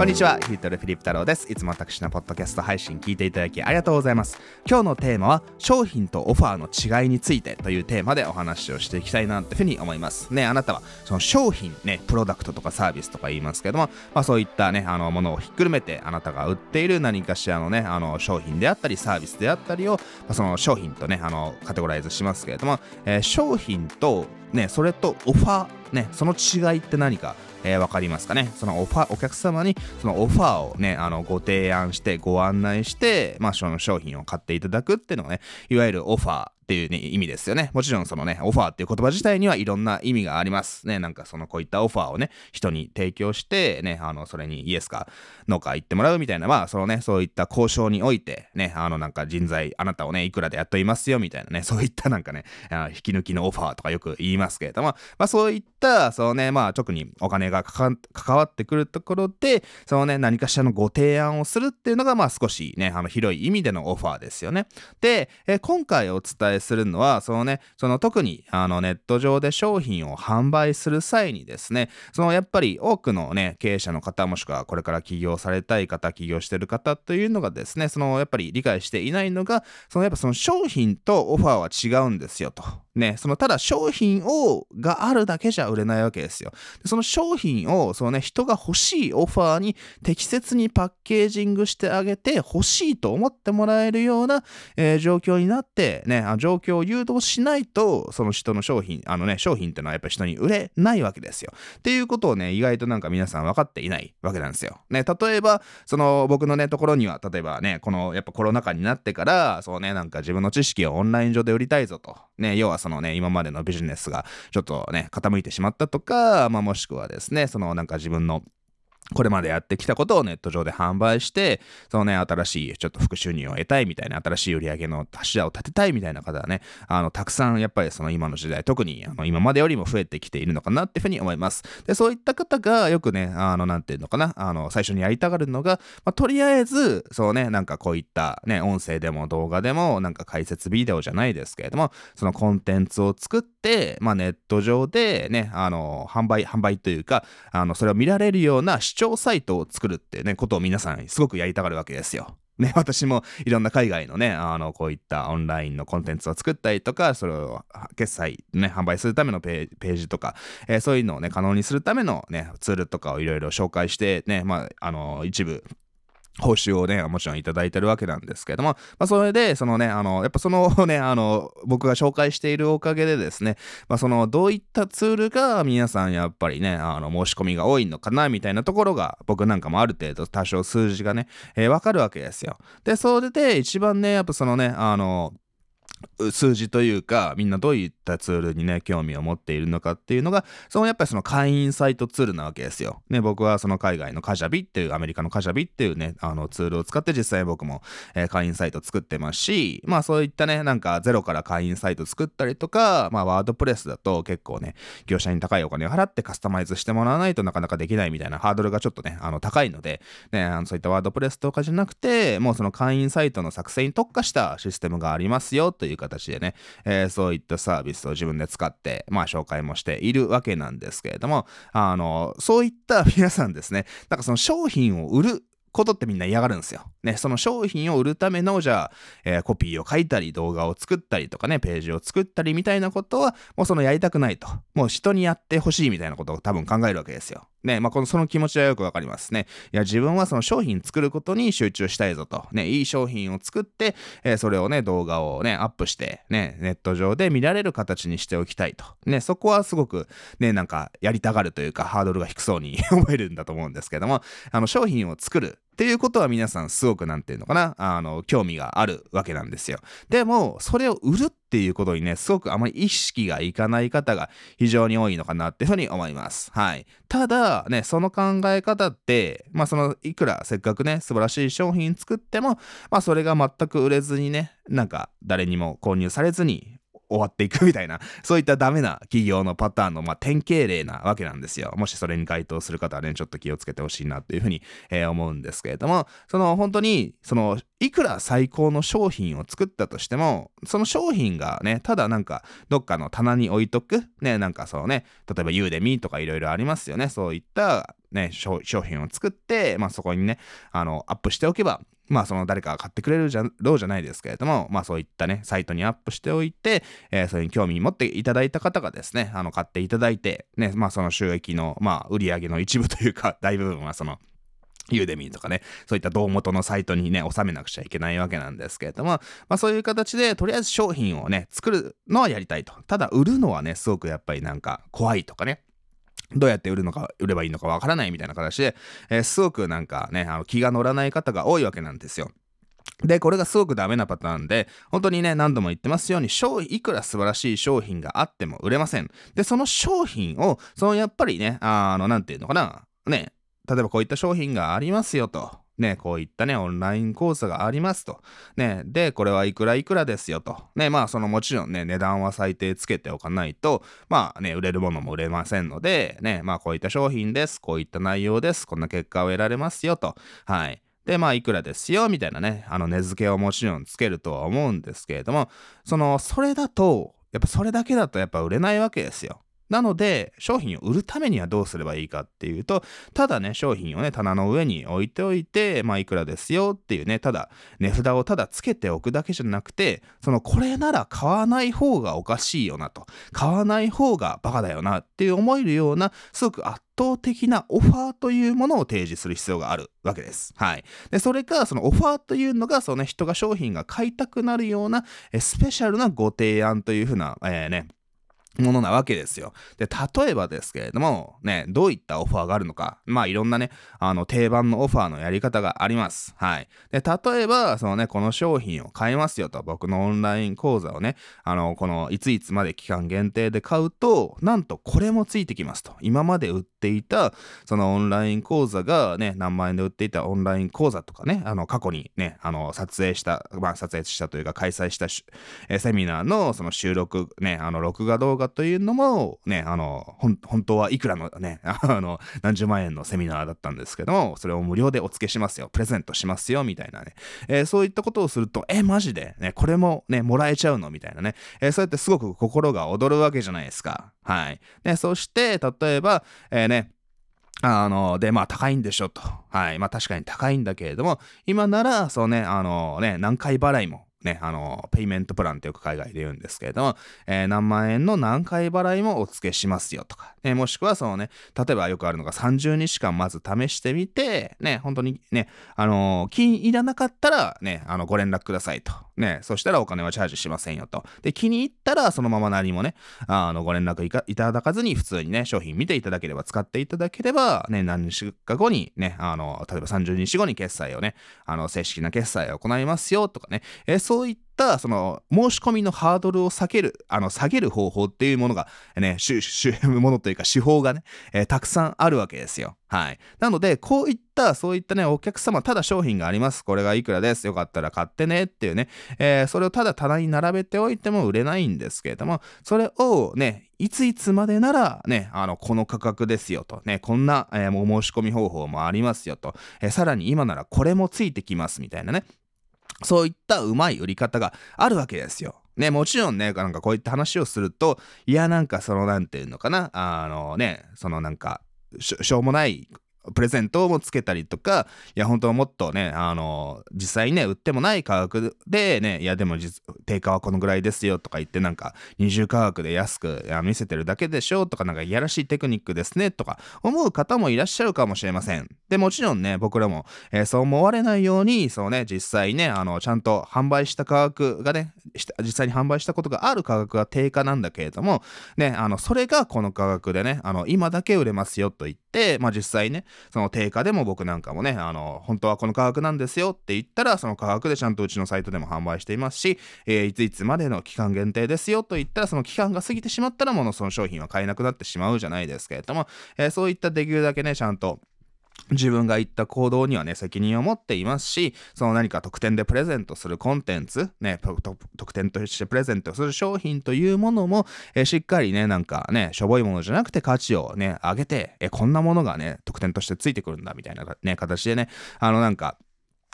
こんにちは、ヒートルフィリップ太郎です。いつも私のポッドキャスト配信聞いていただきありがとうございます。今日のテーマは商品とオファーの違いについてというテーマでお話をしていきたいなというふうに思いますね。あなたはその商品ね、プロダクトとかサービスとか言いますけども、そういったねものをひっくるめてあなたが売っている何かしらのね商品であったりサービスであったりを、その商品とねカテゴライズしますけれども、商品とねそれとオファーね、その違いって何かわかりますかね。そのお客様にそのオファーをねご提案してご案内して、その商品を買っていただくっていうのがね、いわゆるオファーっていう、ね、意味ですよね。もちろんそのねオファーっていう言葉自体にはいろんな意味がありますね。なんかこういったオファーをね人に提供してねそれにイエスかノーか言ってもらうみたいな、そういった交渉においてねなんか人材あなたをねいくらで雇いますよみたいなね、そういったなんかね引き抜きのオファーとかよく言いますけれども、そういったそうね特にお金が関わってくるところでそのね何かしらのご提案をするっていうのが少しね広い意味でのオファーですよね。で、今回お伝えするのはその特にネット上で商品を販売する際にですね、やっぱり多くのね経営者の方もしくはこれから起業されたい方、起業してる方というのがですね、やっぱり理解していないのがやっぱその商品とオファーは違うんですよと。ね、ただ商品があるだけじゃ売れないわけですよ。でその商品を人が欲しいオファーに適切にパッケージングしてあげて欲しいと思ってもらえるような、状況になってね、状況を誘導しないとその人の商品商品ってのはやっぱり人に売れないわけですよ。っていうことをね意外となんか皆さん分かっていないわけなんですよ。ね、例えば僕のねところには例えばねやっぱコロナ禍になってからなんか自分の知識をオンライン上で売りたいぞとね、要は今までのビジネスがちょっとね傾いてしまったとか、もしくはですねなんか自分のこれまでやってきたことをネット上で販売して新しいちょっと副収入を得たいみたいな、新しい売り上げの柱を立てたいみたいな方はねたくさんやっぱり今の時代特に今までよりも増えてきているのかなっていうふうに思います。でそういった方がよくねなんていうのかな最初にやりたがるのが、とりあえずなんかこういったね音声でも動画でもなんか解説ビデオじゃないですけれどもそのコンテンツを作ってネット上でね販売というかそれを見られるような視聴サイトを作るっていうねことを皆さんすごくやりたがるわけですよ。ね、私もいろんな海外のねこういったオンラインのコンテンツを作ったりとか、それを決済ね販売するためのページとか、そういうのをね可能にするためのねツールとかをいろいろ紹介してね一部報酬をねもちろんいただいてるわけなんですけども、それでやっぱ僕が紹介しているおかげでですね、どういったツールが皆さんやっぱりね申し込みが多いのかなみたいなところが僕なんかもある程度多少数字がねわかるわけですよ。でそれで一番ねやっぱ数字というかみんなどういったツールにね興味を持っているのかっていうのがやっぱり会員サイトツールなわけですよ。ね、僕は海外のカジャビっていうアメリカのカジャビっていうねツールを使って実際僕も、会員サイト作ってますし、そういったねなんかゼロから会員サイト作ったりとかワードプレスだと結構ね業者に高いお金を払ってカスタマイズしてもらわないとなかなかできないみたいなハードルがちょっとね高いのでね、そういったワードプレスとかじゃなくてもう会員サイトの作成に特化したシステムがありますよという形でね、そういったサービスを自分で使って紹介もしているわけなんですけれども、そういった皆さんですね、なんか商品を売ることってみんな嫌がるんですよ。ね、その商品を売るためのじゃあ、コピーを書いたり動画を作ったりとかねページを作ったりみたいなことはもうやりたくないと、もう人にやってほしいみたいなことを多分考えるわけですよ。ね、その気持ちはよくわかりますね。いや自分はその商品作ることに集中したいぞとね、いい商品を作って、それをね動画をねアップしてねネット上で見られる形にしておきたいとね、そこはすごくねなんかやりたがるというかハードルが低そうに思えるんだと思うんですけども、商品を作るっていうことは皆さんすごくなんていうのかな興味があるわけなんですよ。でもそれを売るっていうことにねすごくあまり意識がいかない方が非常に多いのかなっていうふうに思います。はい。ただねその考え方っていくらせっかくね素晴らしい商品作ってもそれが全く売れずにねなんか誰にも購入されずに終わっていくみたいな、そういったダメな企業のパターンの典型例なわけなんですよ。もしそれに該当する方はねちょっと気をつけてほしいなっていうふうに、思うんですけれども、本当にいくら最高の商品を作ったとしても、その商品がね、ただなんかどっかの棚に置いとくね、なんかそうね、例えばユーデミーとかいろいろありますよね。そういったね、商品を作って、まあそこにね、アップしておけば、まあその誰かが買ってくれるろうじゃないですけれども、まあそういったね、サイトにアップしておいて、それに興味持っていただいた方がですね、買っていただいて、ね、まあその収益の、まあ売り上げの一部というか、大部分はその、ユーデミーとかね、そういった胴元のサイトにね、収めなくちゃいけないわけなんですけれども、まあそういう形で、とりあえず商品をね、作るのはやりたいと。ただ、売るのはね、すごくやっぱりなんか怖いとかね、どうやって売ればいいのかわからないみたいな形で、すごくなんかね、気が乗らない方が多いわけなんですよ。で、これがすごくダメなパターンで、本当にね、何度も言ってますように、いくら素晴らしい商品があっても売れません。で、その商品を、やっぱりね、なんていうのかな、ね、例えばこういった商品がありますよと。ね、こういったね、オンライン講座がありますと。ね、で、これはいくらいくらですよと。ね、まあ、もちろんね、値段は最低つけておかないと、まあね、売れるものも売れませんので、ね、まあ、こういった商品です。こういった内容です。こんな結果を得られますよと。はい。で、まあ、いくらですよ、みたいなね、値付けをもちろんつけるとは思うんですけれども、それだと、やっぱそれだけだとやっぱ売れないわけですよ。なので、商品を売るためにはどうすればいいかっていうと、ただね、商品をね、棚の上に置いておいて、まあ、いくらですよっていうね、ただ、値札をただつけておくだけじゃなくて、これなら買わない方がおかしいよなと、買わない方がバカだよなっていう思えるような、すごく圧倒的なオファーというものを提示する必要があるわけです。はい。で、それか、そのオファーというのが、人が商品が買いたくなるような、スペシャルなご提案というふうな、ものなわけですよ。で、例えばですけれども、ね、どういったオファーがあるのか。まあ、いろんなね、定番のオファーのやり方があります。はい。で、例えば、この商品を買いますよと、僕のオンライン講座をね、このいついつまで期間限定で買うと、なんとこれもついてきますと。今まで売っていた、オンライン講座がね、何万円で売っていたオンライン講座とかね、過去にね、撮影したというか、開催したセミナーの収録、ね、録画動画というのも、ね、本当はいくらのね、何十万円のセミナーだったんですけども、それを無料でお付けしますよ、プレゼントしますよ、みたいなね。そういったことをすると、マジで、ね、これもね、もらえちゃうのみたいなね。そうやってすごく心が躍るわけじゃないですか。はい。ね、そして、例えば、ね、で、まあ、高いんでしょと。はい。まあ、確かに高いんだけれども、今なら、何回払いも、ね、ペイメントプランってよく海外で言うんですけれども、何万円の何回払いもお付けしますよとか、もしくは例えばよくあるのが30日間まず試してみて、ね、本当にね、気に入らなかったら、ね、ご連絡くださいと。ね、そしたらお金はチャージしませんよと。で、気に入ったらそのまま何もね、ご連絡いただかずに普通にね、商品見ていただければ、使っていただければ、ね、何日か後にね、例えば30日後に決済をね、正式な決済を行いますよとかね、そういった申し込みのハードルを下げる方法っていうものがね、ものというか手法がね、たくさんあるわけですよ。はい。なので、そういったね、お客様、ただ商品があります。これがいくらです。よかったら買ってねっていうね、それをただ棚に並べておいても売れないんですけれども、それをね、いついつまでならね、この価格ですよと、ね、こんな、お申し込み方法もありますよと、さらに今ならこれもついてきますみたいなね。そういったうまい売り方があるわけですよ。ね、もちろんね、なんかこういった話をすると、いや、なんかなんていうのかな、なんか、しょうもないプレゼントもつけたりとか、いや、本当はもっとね、実際ね、売ってもない価格でね、いや、でも定価はこのぐらいですよとか言って、なんか、二重価格で安く見せてるだけでしょとか、なんか、いやらしいテクニックですねとか、思う方もいらっしゃるかもしれません。で、もちろんね、僕らも、そう思われないように、実際ね、ちゃんと販売した価格がね、実際に販売したことがある価格が定価なんだけれども、ね、それがこの価格でね、今だけ売れますよと言って、まあ実際ね、その定価でも僕なんかもね、本当はこの価格なんですよって言ったら、その価格でちゃんとうちのサイトでも販売していますし、いついつまでの期間限定ですよと言ったら、その期間が過ぎてしまったら、その商品は買えなくなってしまうじゃないですけれども、そういったできるだけね、ちゃんと、自分が言った行動にはね、責任を持っていますし、何か特典でプレゼントするコンテンツ、ね、特典としてプレゼントする商品というものも、しっかりね、なんかね、しょぼいものじゃなくて価値をね、上げて、こんなものがね、特典としてついてくるんだ、みたいなね、形でね、なんか、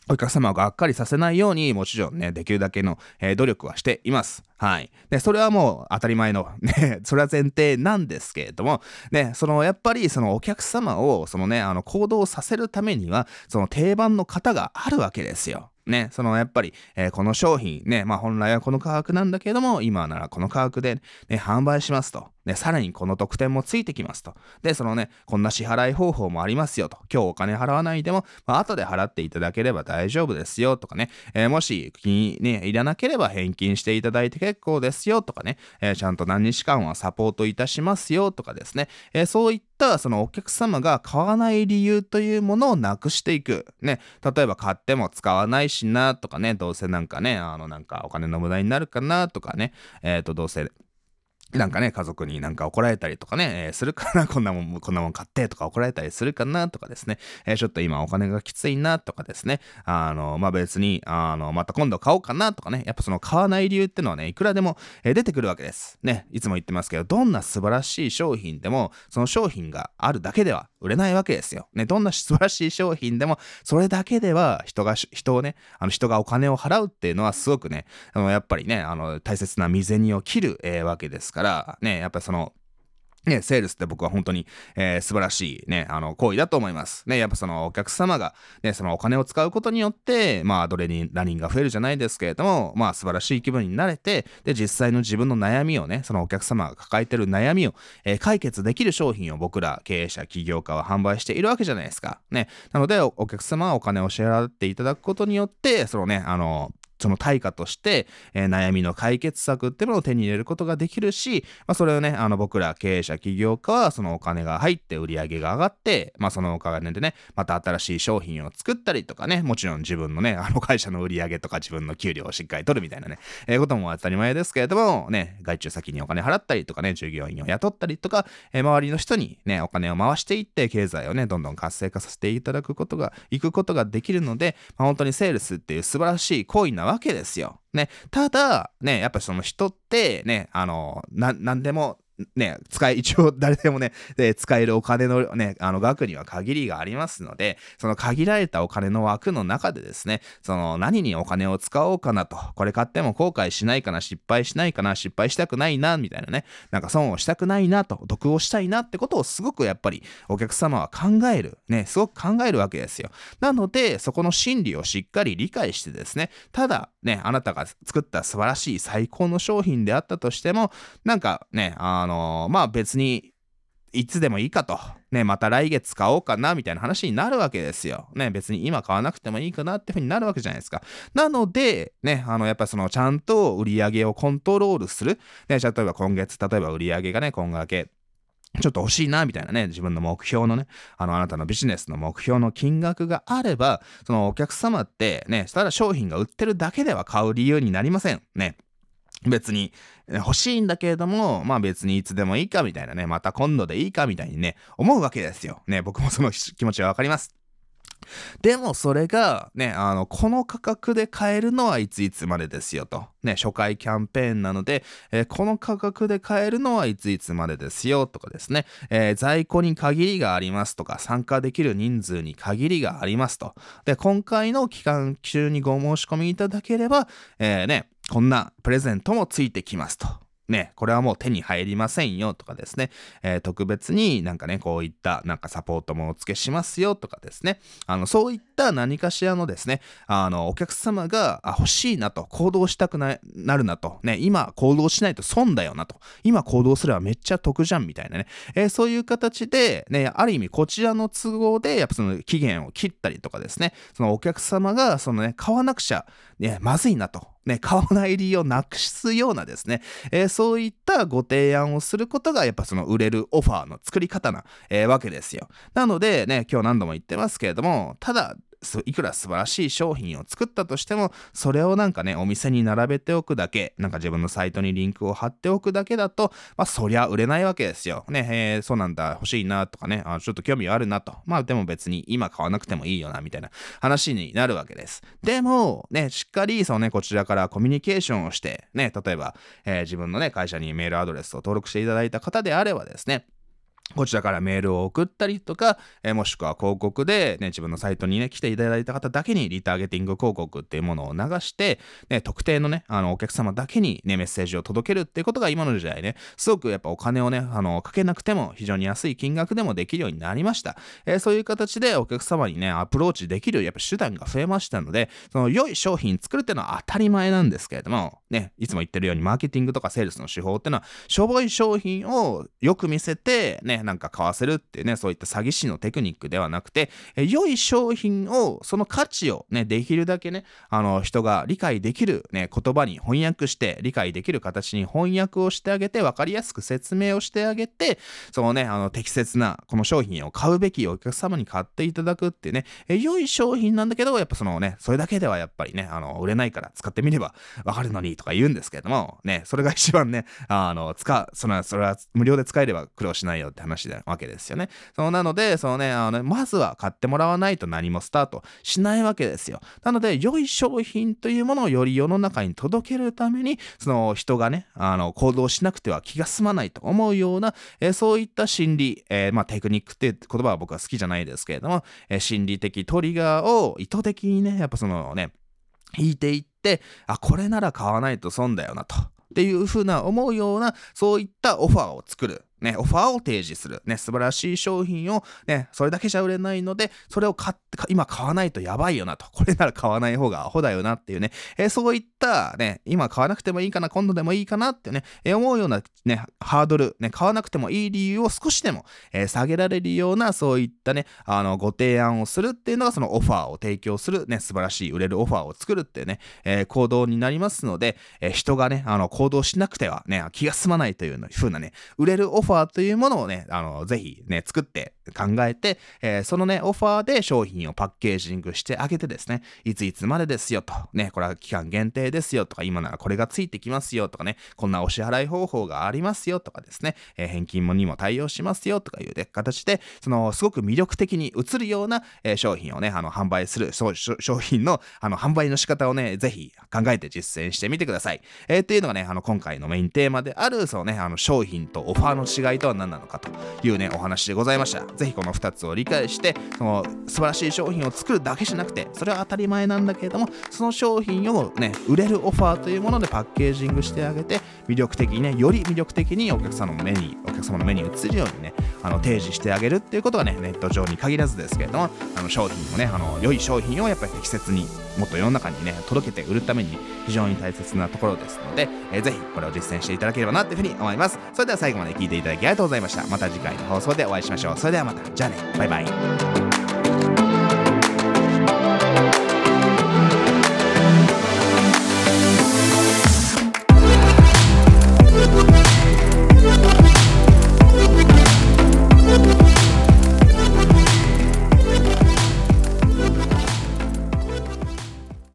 お客様をがっかりさせないように、もちろんね、できるだけの、努力はしています。はい。で、それはもう当たり前の、ね、それは前提なんですけれども、ね、やっぱりそのお客様を、行動させるためには、その定番の型があるわけですよ。ね、やっぱり、この商品ね、本来はこの価格なんだけれども、今ならこの価格でね、販売しますと。ね、さらにこの特典もついてきますと。で、こんな支払い方法もありますよと。今日お金払わないでも、後で払っていただければ大丈夫ですよとかね。もし気にね、いらなければ返金していただいて結構ですよとかね。ちゃんと何日間はサポートいたしますよとかですね。そういったお客様が買わない理由というものをなくしていく。ね。例えば買っても使わないしなとかね。どうせなんかね、お金の無駄になるかなとかね。どうせなんかね、家族になんか怒られたりとかね、するかな、こんなもん買ってとか怒られたりするかなとかですね、ちょっと今お金がきついなとかですね、別に、また今度買おうかなとかね、やっぱ買わない理由ってのはね、いくらでも、出てくるわけです。ね、いつも言ってますけど、どんな素晴らしい商品でも、その商品があるだけでは売れないわけですよ。ね、どんな素晴らしい商品でも、それだけでは人がお金を払うっていうのはすごくね、やっぱりね、大切な身銭を切る、わけですから、ね、やっぱりね、セールスって僕は本当に、素晴らしいね、行為だと思います。ね、やっぱお客様が、ね、お金を使うことによって、アドレナリンが増えるじゃないですけれども、素晴らしい気分になれて、で、実際の自分の悩みをね、お客様が抱えてる悩みを、解決できる商品を僕ら経営者、起業家は販売しているわけじゃないですか。ね。なので、お客様はお金を支払っていただくことによって、その対価として、悩みの解決策っていうのを手に入れることができるし、それをね、僕ら経営者起業家はそのお金が入って売り上げが上がって、そのお金でね、また新しい商品を作ったりとかね、もちろん自分のね、会社の売り上げとか自分の給料をしっかり取るみたいなね、ことも当たり前ですけれども、ね、外注先にお金払ったりとかね、従業員を雇ったりとか、周りの人にね、お金を回していって、経済をね、どんどん活性化させていただくことが、いくことができるので、本当にセールスっていう素晴らしい行為なわけですよ。ね。ただ、ね、やっぱ人ってね、なんでも、ね、一応誰でもね、使えるお金のね、額には限りがありますので、その限られたお金の枠の中でですね、何にお金を使おうかなと、これ買っても後悔しないかな、失敗しないかな、失敗したくないな、みたいなね、なんか損をしたくないなと、得をしたいなってことをすごくやっぱりお客様は考える、ね、すごく考えるわけですよ。なので、そこの心理をしっかり理解してですね、ただね、あなたが作った素晴らしい最高の商品であったとしても、なんかね、別にいつでもいいかと。ね、また来月買おうかな、みたいな話になるわけですよ。ね、別に今買わなくてもいいかなってふうになるわけじゃないですか。なので、ね、やっぱちゃんと売り上げをコントロールする。ね、例えば例えば売り上げがね、今後だけ、ちょっと欲しいな、みたいなね、自分の目標のね、あなたのビジネスの目標の金額があれば、そのお客様ってね、したら商品が売ってるだけでは買う理由になりません。ね。別に欲しいんだけれども、別にいつでもいいかみたいなね、また今度でいいかみたいにね、思うわけですよ。ね、僕もその気持ちはわかります。でもそれがね、この価格で買えるのはいついつまでですよと。ね、初回キャンペーンなので、この価格で買えるのはいついつまでですよとかですね、在庫に限りがありますとか、参加できる人数に限りがありますと。で、今回の期間中にご申し込みいただければ、こんなプレゼントもついてきますと。ね、これはもう手に入りませんよとかですね、特別になんかね、こういったなんかサポートもお付けしますよとかですね、そういった何かしらのですね、お客様が欲しいなと、行動したくなるなと、ね、今行動しないと損だよなと、今行動すればめっちゃ得じゃんみたいなね、そういう形で、ね、ある意味こちらの都合で、やっぱその期限を切ったりとかですね、そのお客様が買わなくちゃ、ね、まずいなと。ね、買わない理由をなくすようなですね、そういったご提案をすることがやっぱその売れるオファーの作り方な、わけですよ。なのでね、今日何度も言ってますけれども、ただいくら素晴らしい商品を作ったとしても、それをなんかね、お店に並べておくだけ、なんか自分のサイトにリンクを貼っておくだけだと、そりゃ売れないわけですよ。ね、そうなんだ、欲しいなとかね、ちょっと興味あるなと。でも別に今買わなくてもいいよな、みたいな話になるわけです。でも、ね、しっかり、こちらからコミュニケーションをして、ね、例えば、自分のね、会社にメールアドレスを登録していただいた方であればですね、 こちらからメールを送ったりとか、もしくは広告で、ね、自分のサイトにね、来ていただいた方だけにリターゲティング広告っていうものを流して、ね、特定のね、お客様だけにね、メッセージを届けるっていうことが今の時代ね、すごくやっぱお金をね、かけなくても非常に安い金額でもできるようになりました。そういう形でお客様にね、アプローチできるやっぱ手段が増えましたので、その良い商品作るっていうのは当たり前なんですけれども、ね、いつも言ってるようにマーケティングとかセールスの手法っていうのは、しょぼい商品をよく見せて、ね、なんか買わせるっていうね、そういった詐欺師のテクニックではなくて、良い商品を、その価値をね、できるだけね、人が理解できるね、言葉に翻訳して、理解できる形に翻訳をしてあげて、分かりやすく説明をしてあげて、そのね、適切なこの商品を買うべきお客様に買っていただくっていうね、良い商品なんだけど、やっぱそのね、それだけではやっぱりね、売れないから使ってみればわかるのにとか言うんですけれども、ね、それが一番ね、それは無料で使えれば苦労しないよって話なわけですよね。なので、まずは買ってもらわないと何もスタートしないわけですよ。なので、良い商品というものをより世の中に届けるために、その人がね、行動しなくては気が済まないと思うような、そういった心理、テクニックっていう言葉は僕は好きじゃないですけれども、心理的トリガーを意図的にね、やっぱ引いていって、これなら買わないと損だよなと。っていう風な思うような、そういったオファーを作る。ね、オファーを提示する。ね、素晴らしい商品を、ね、それだけじゃ売れないので、それを今買わないとやばいよなと。これなら買わない方がアホだよなっていうね、そういったね、今買わなくてもいいかな、今度でもいいかなってね、思うようなね、ハードル、ね、買わなくてもいい理由を少しでも、下げられるような、そういったね、ご提案をするっていうのが、そのオファーを提供する、ね、素晴らしい売れるオファーを作るっていうね、行動になりますので、人がね、行動しなくてはね、気が済まないという風なね、売れるオファーというものをね、ぜひね、作って考えて、そのね、オファーで商品をパッケージングしてあげてですね、いついつまでですよと、ね、これは期間限定ですよとか、今ならこれがついてきますよとかね、こんなお支払い方法がありますよとかですね、返金にも対応しますよとかいう、ね、形で、すごく魅力的に映るような、商品をね、販売する、商品の、販売の仕方をね、ぜひ考えて実践してみてください。っていうのがね、今回のメインテーマである、商品とオファーの違いとは何なのかというね、お話でございました。ぜひこの2つを理解して、素晴らしい商品を作るだけじゃなくて、それは当たり前なんだけれども、その商品をね、売れるオファーというものでパッケージングしてあげて、魅力的にね、より魅力的にお客様の目に映るようにね、提示してあげるっていうことがね、ネット上に限らずですけれども、商品をね、良い商品をやっぱり適切にもっと世の中にね、届けて売るために非常に大切なところですので、ぜひこれを実践していただければなっていうふうに思います。それでは最後まで聞いていただきありがとうございました。また次回の放送でお会いしましょう。それではまた。じゃあね。バイバイ。